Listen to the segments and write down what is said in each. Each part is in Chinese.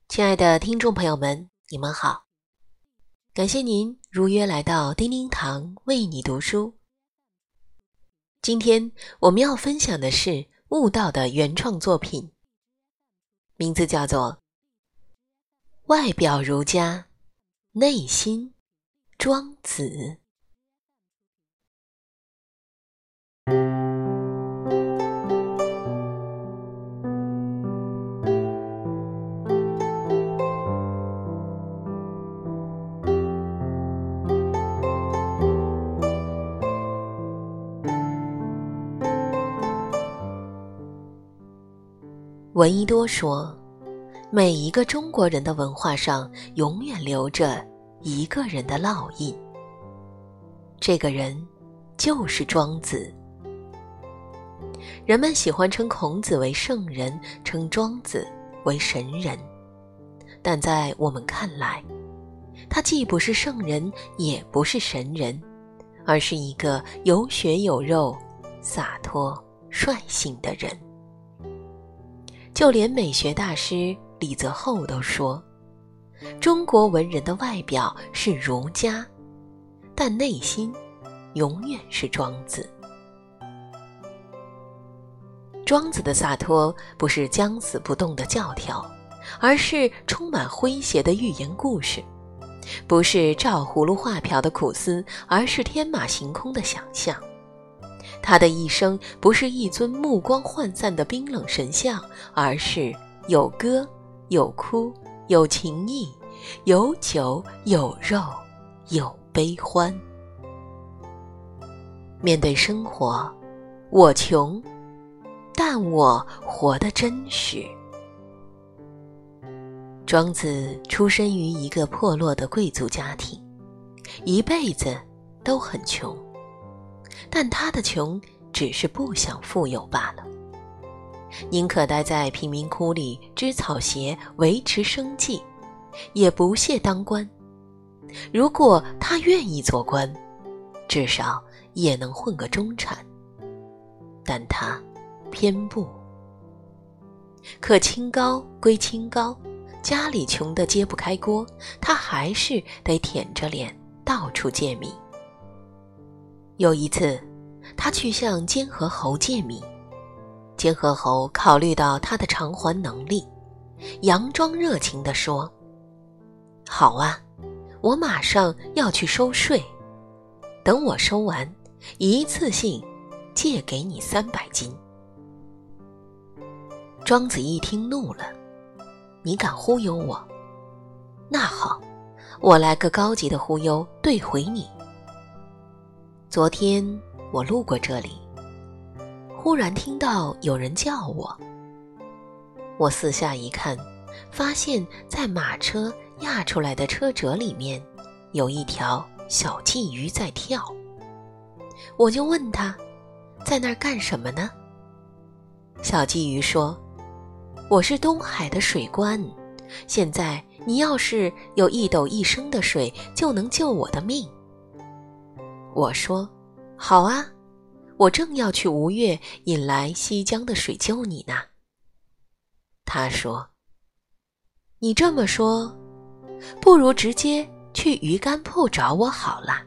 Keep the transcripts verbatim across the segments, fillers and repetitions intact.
亲爱的听众朋友们，你们好，感谢您如约来到叮叮堂为你读书。今天我们要分享的是悟道的原创作品，名字叫做外表儒家，内心庄子。闻一多说，每一个中国人的文化上永远留着一个人的烙印，这个人就是庄子。人们喜欢称孔子为圣人，称庄子为神人，但在我们看来，他既不是圣人，也不是神人，而是一个有血有肉、洒脱率性的人。就连美学大师李泽厚都说，中国文人的外表是儒家，但内心永远是庄子。庄子的洒脱不是将死不动的教条，而是充满诙谐的寓言故事；不是照葫芦画瓢的苦思，而是天马行空的想象。他的一生不是一尊目光涣散的冰冷神像，而是有歌有哭有情意，有酒有肉有悲欢。面对生活，我穷，但我活得真实。庄子出身于一个破落的贵族家庭，一辈子都很穷，但他的穷只是不想富有罢了，宁可待在贫民窟里织草鞋维持生计，也不屑当官。如果他愿意做官，至少也能混个中产，但他偏不。可清高归清高，家里穷得揭不开锅，他还是得舔着脸到处借米。有一次，他去向监河侯借米，监河侯考虑到他的偿还能力，佯装热情地说：好啊，我马上要去收税，等我收完，一次性借给你三百斤。庄子一听怒了，你敢忽悠我？那好，我来个高级的忽悠兑回你。昨天我路过这里，忽然听到有人叫我，我四下一看，发现在马车压出来的车辙里面有一条小鲫鱼在跳。我就问他，在那儿干什么呢？小鲫鱼说，我是东海的水官，现在你要是有一斗一升的水，就能救我的命。我说，好啊，我正要去吴越引来西江的水救你呢。他说，你这么说，不如直接去鱼竿铺找我好了。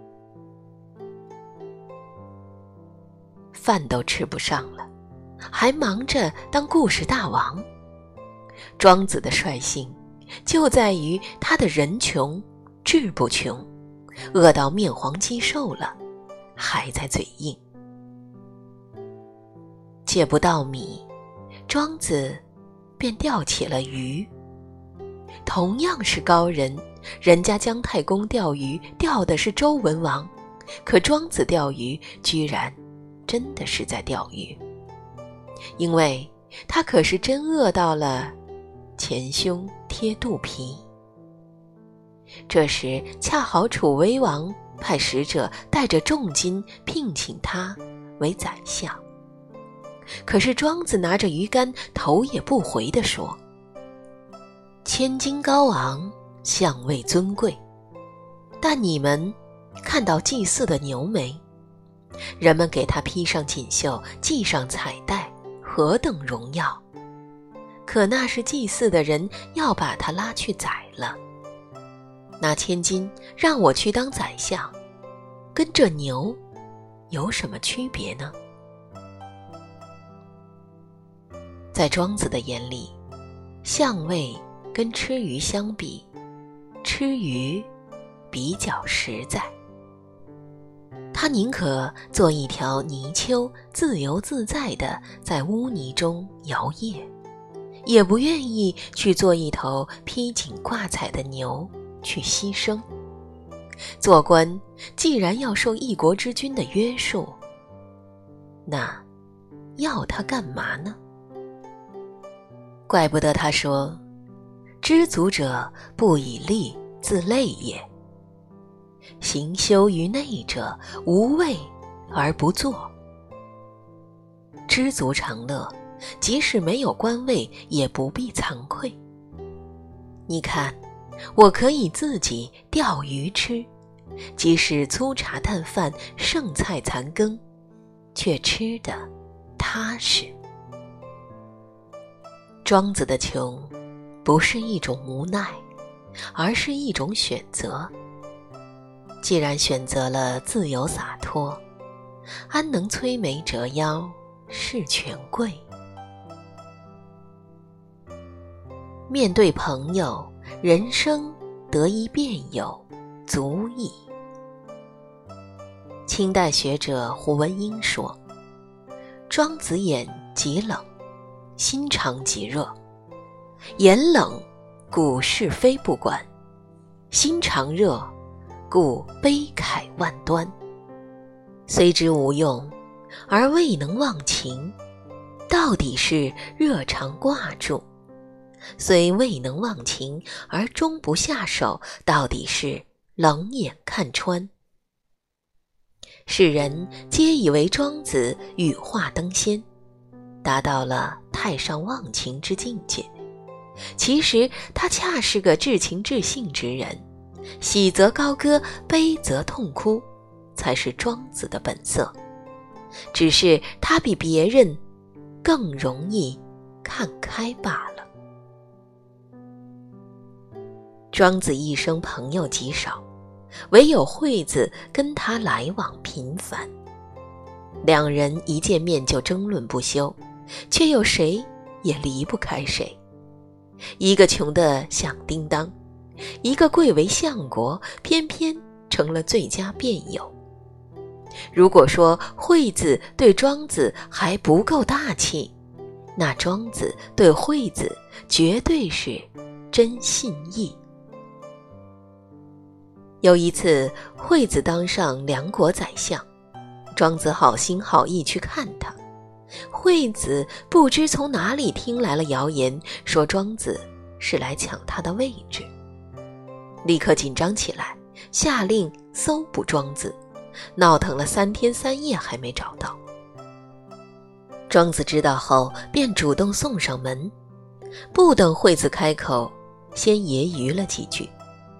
饭都吃不上了，还忙着当故事大王。庄子的率性就在于他的人穷志不穷，饿到面黄肌瘦了，还在嘴硬。借不到米，庄子便钓起了鱼。同样是高人，人家姜太公钓鱼钓的是周文王，可庄子钓鱼居然真的是在钓鱼，因为他可是真饿到了前胸贴肚皮。这时恰好楚威王派使者带着重金聘请他为宰相，可是庄子拿着鱼竿头也不回地说，千金高昂，相位尊贵，但你们看到祭祀的牛没？人们给他披上锦绣，系上彩带，何等荣耀！ 可那是祭祀的人要把他拉去宰了。那千金让我去当宰相，跟这牛有什么区别呢？在庄子的眼里，相位跟吃鱼相比，吃鱼比较实在。他宁可做一条泥鳅，自由自在地在污泥中摇曳，也不愿意去做一头披荆挂彩的牛去牺牲。做官既然要受一国之君的约束，那要他干嘛呢？怪不得他说，知足者不以利自累也。行修于内者，无位而不作。知足常乐，即使没有官位，也不必惭愧。你看，我可以自己钓鱼吃，即使粗茶淡饭，剩菜残羹，却吃得踏实。庄子的穷，不是一种无奈，而是一种选择。既然选择了自由洒脱，安能摧眉折腰事权贵？面对朋友，人生得一辩友，足矣。清代学者胡文英说，庄子眼极冷，心肠极热。眼冷，故是非不管；心肠热，故悲慨万端。虽知无用，而未能忘情，到底是热肠挂住；虽未能忘情，而终不下手，到底是冷眼看穿。世人皆以为庄子羽化登仙，达到了太上忘情之境界，其实他恰是个至情至性之人，喜则高歌，悲则痛哭，才是庄子的本色。只是他比别人更容易看开罢了。庄子一生朋友极少，唯有惠子跟他来往频繁。两人一见面就争论不休，却又谁也离不开谁。一个穷得响叮当，一个贵为相国，偏偏成了最佳辩友。如果说惠子对庄子还不够大气，那庄子对惠子绝对是真信义。有一次，惠子当上梁国宰相，庄子好心好意去看他。惠子不知从哪里听来了谣言，说庄子是来抢他的位置，立刻紧张起来，下令搜捕庄子，闹腾了三天三夜还没找到。庄子知道后，便主动送上门，不等惠子开口，先揶揄了几句。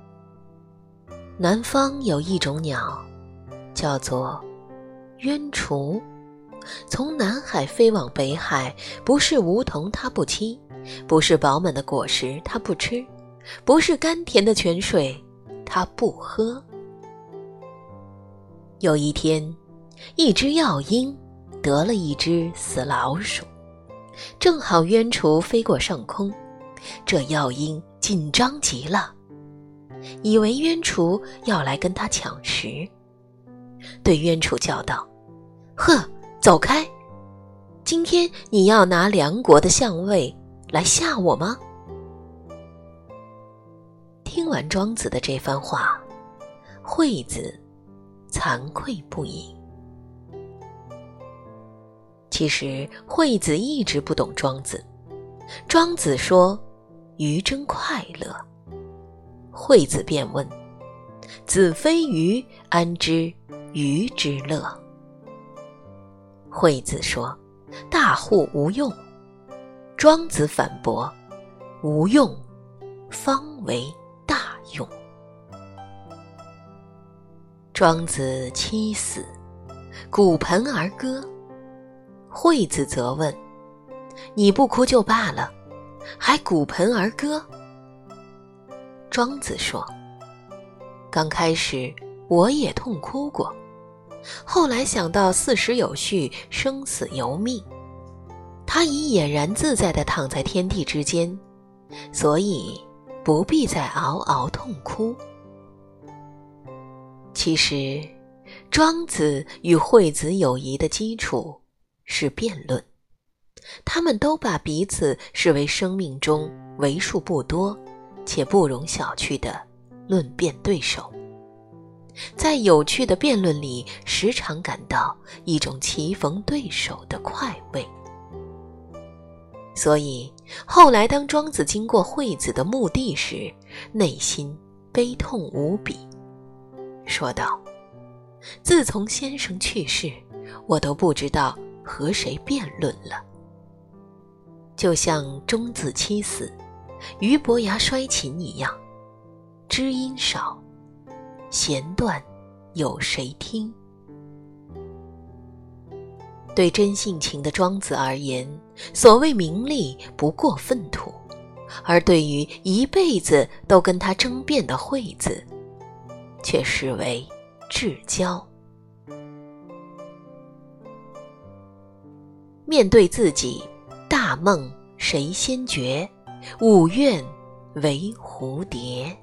南方有一种鸟，叫做鸢雏，从南海飞往北海，不是梧桐它不栖，不是饱满的果实它不吃，不是甘甜的泉水它不喝。有一天，一只药鹰得了一只死老鼠，正好鸢雏飞过上空，这药鹰紧张极了，以为鸢雏要来跟他抢食，对鸢雏叫道：呵，走开！今天你要拿梁国的相位来吓我吗？听完庄子的这番话，惠子惭愧不已。其实惠子一直不懂庄子。庄子说鱼真快乐，惠子便问：子非鱼，安知鱼之乐？惠子说：大户无用。庄子反驳：无用方为大用。庄子妻死，鼓盆而歌。惠子责问：你不哭就罢了， 还鼓盆而歌？庄子说，刚开始我也痛哭过，后来想到四时有序，生死由命，他已俨然自在地躺在天地之间，所以不必再嗷嗷痛哭。其实庄子与惠子友谊的基础是辩论，他们都把彼此视为生命中为数不多且不容小觑的论辩对手，在有趣的辩论里时常感到一种棋逢对手的快慰。所以后来当庄子经过惠子的墓地时，内心悲痛无比，说道，自从先生去世，我都不知道和谁辩论了。就像钟子期死，俞伯牙衰琴一样，知音少，弦断有谁听。对真性情的庄子而言，所谓名利不过粪土，而对于一辈子都跟他争辩的惠子，却视为至交。面对自己，大梦谁先觉？五愿为蝴蝶。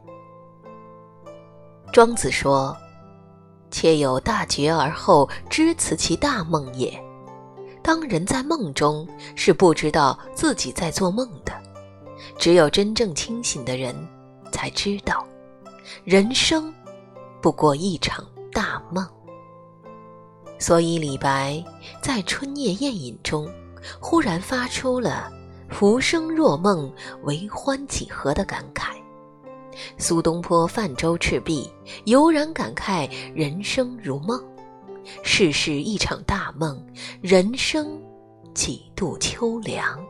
庄子说，且有大觉而后知此其大梦也。当人在梦中，是不知道自己在做梦的，只有真正清醒的人才知道，人生不过一场大梦。所以李白在春夜宴饮中忽然发出了浮生若梦，为欢几何的感慨。苏东坡泛舟赤壁，悠然感慨人生如梦，世事一场大梦，人生几度秋凉。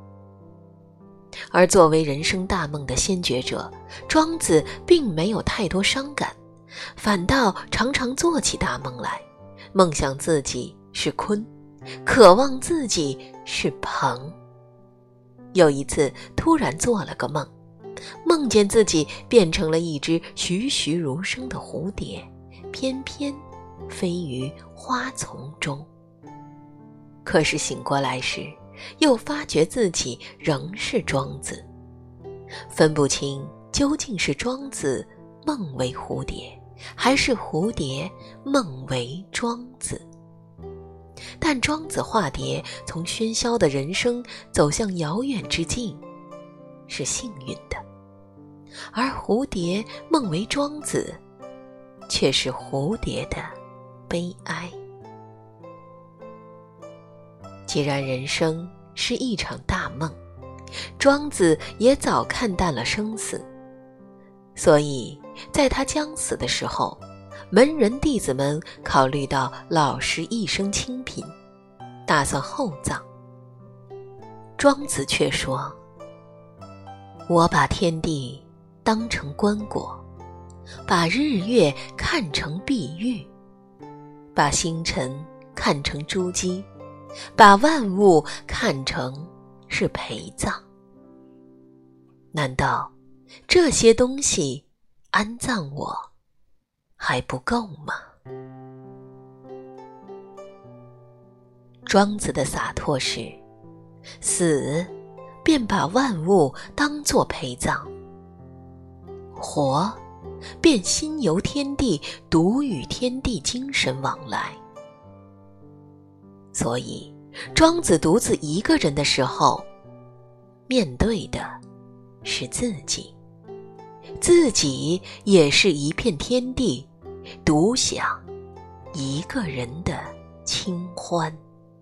而作为人生大梦的先觉者，庄子并没有太多伤感，反倒常常做起大梦来，梦想自己是鲲，渴望自己是鹏。有一次突然做了个梦，梦见自己变成了一只栩栩如生的蝴蝶，翩翩飞于花丛中。可是醒过来时，又发觉自己仍是庄子，分不清究竟是庄子梦为蝴蝶，还是蝴蝶梦为庄子。但庄子化蝶从喧嚣的人生走向遥远之境，是幸运的，而蝴蝶梦为庄子，却是蝴蝶的悲哀。既然人生是一场大梦，庄子也早看淡了生死，所以在他将死的时候，门人弟子们考虑到老师一生清贫，打算厚葬。庄子却说，我把天地当成棺椁，把日月看成碧玉，把星辰看成珠玑，把万物看成是陪葬。难道这些东西安葬我还不够吗？庄子的洒脱是，死便把万物当作陪葬，活便心游天地，独与天地精神往来。所以庄子独自一个人的时候，面对的是自己，自己也是一片天地，独享一个人的清欢。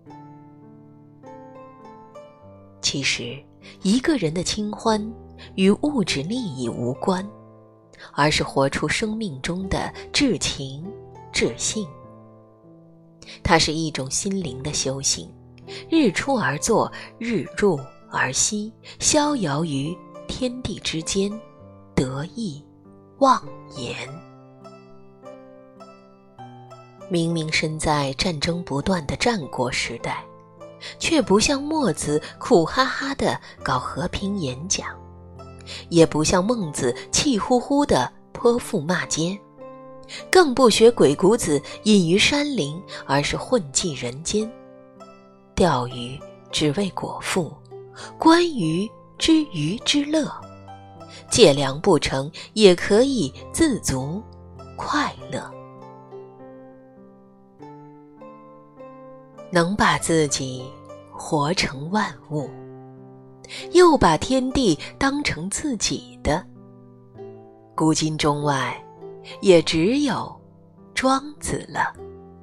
其实一个人的清欢与物质利益无关，而是活出生命中的至情至性。它是一种心灵的修行，日出而作，日入而息，逍遥于天地之间，得意忘言。明明身在战争不断的战国时代， 却不像墨子苦哈哈地搞和平演讲，也不像孟子气呼呼地泼妇骂街，更不学鬼谷子隐于山林，而是混迹人间。钓鱼只为果腹，观鱼知鱼之乐，借粮不成也可以自足快乐。能把自己活成万物，又把天地当成自己的，古今中外也只有庄子了。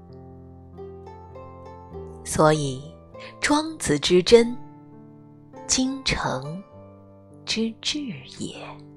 所以庄子之真，京城之至也。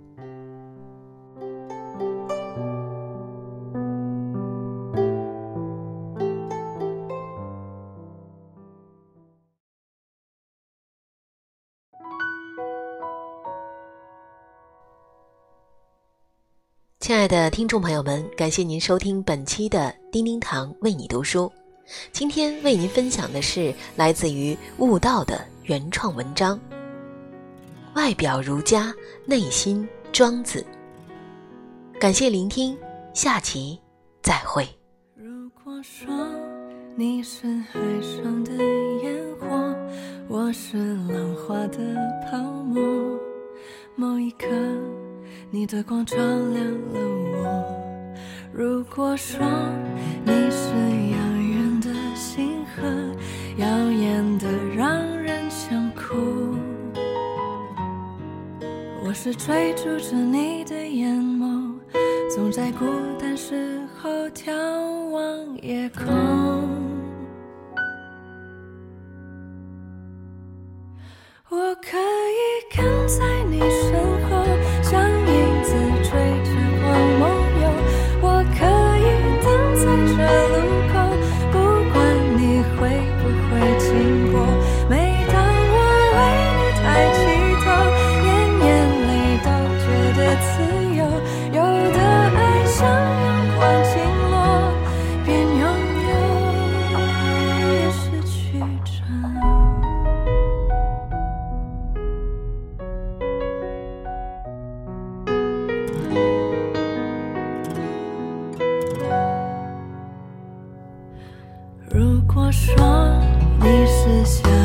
亲爱的听众朋友们，感谢您收听本期的叮叮堂为你读书。今天为您分享的是来自于悟道的原创文章，外表儒家，内心庄子。感谢聆听，下期再会。 如果说你是海上的烟火，我是浪花的泡沫，某一刻你的光照亮了我。如果说你是遥远的星河，耀眼的让人想哭，我是追逐着你的眼眸，总在孤单时候眺望夜空。我可以跟在你身后，像影子追着光梦游，我可以等在这路口，不管你会不会经过。每当我为你抬起头，连眼泪都觉得自由，有的爱像阳光倾落，边拥有也失去着。如果说你是小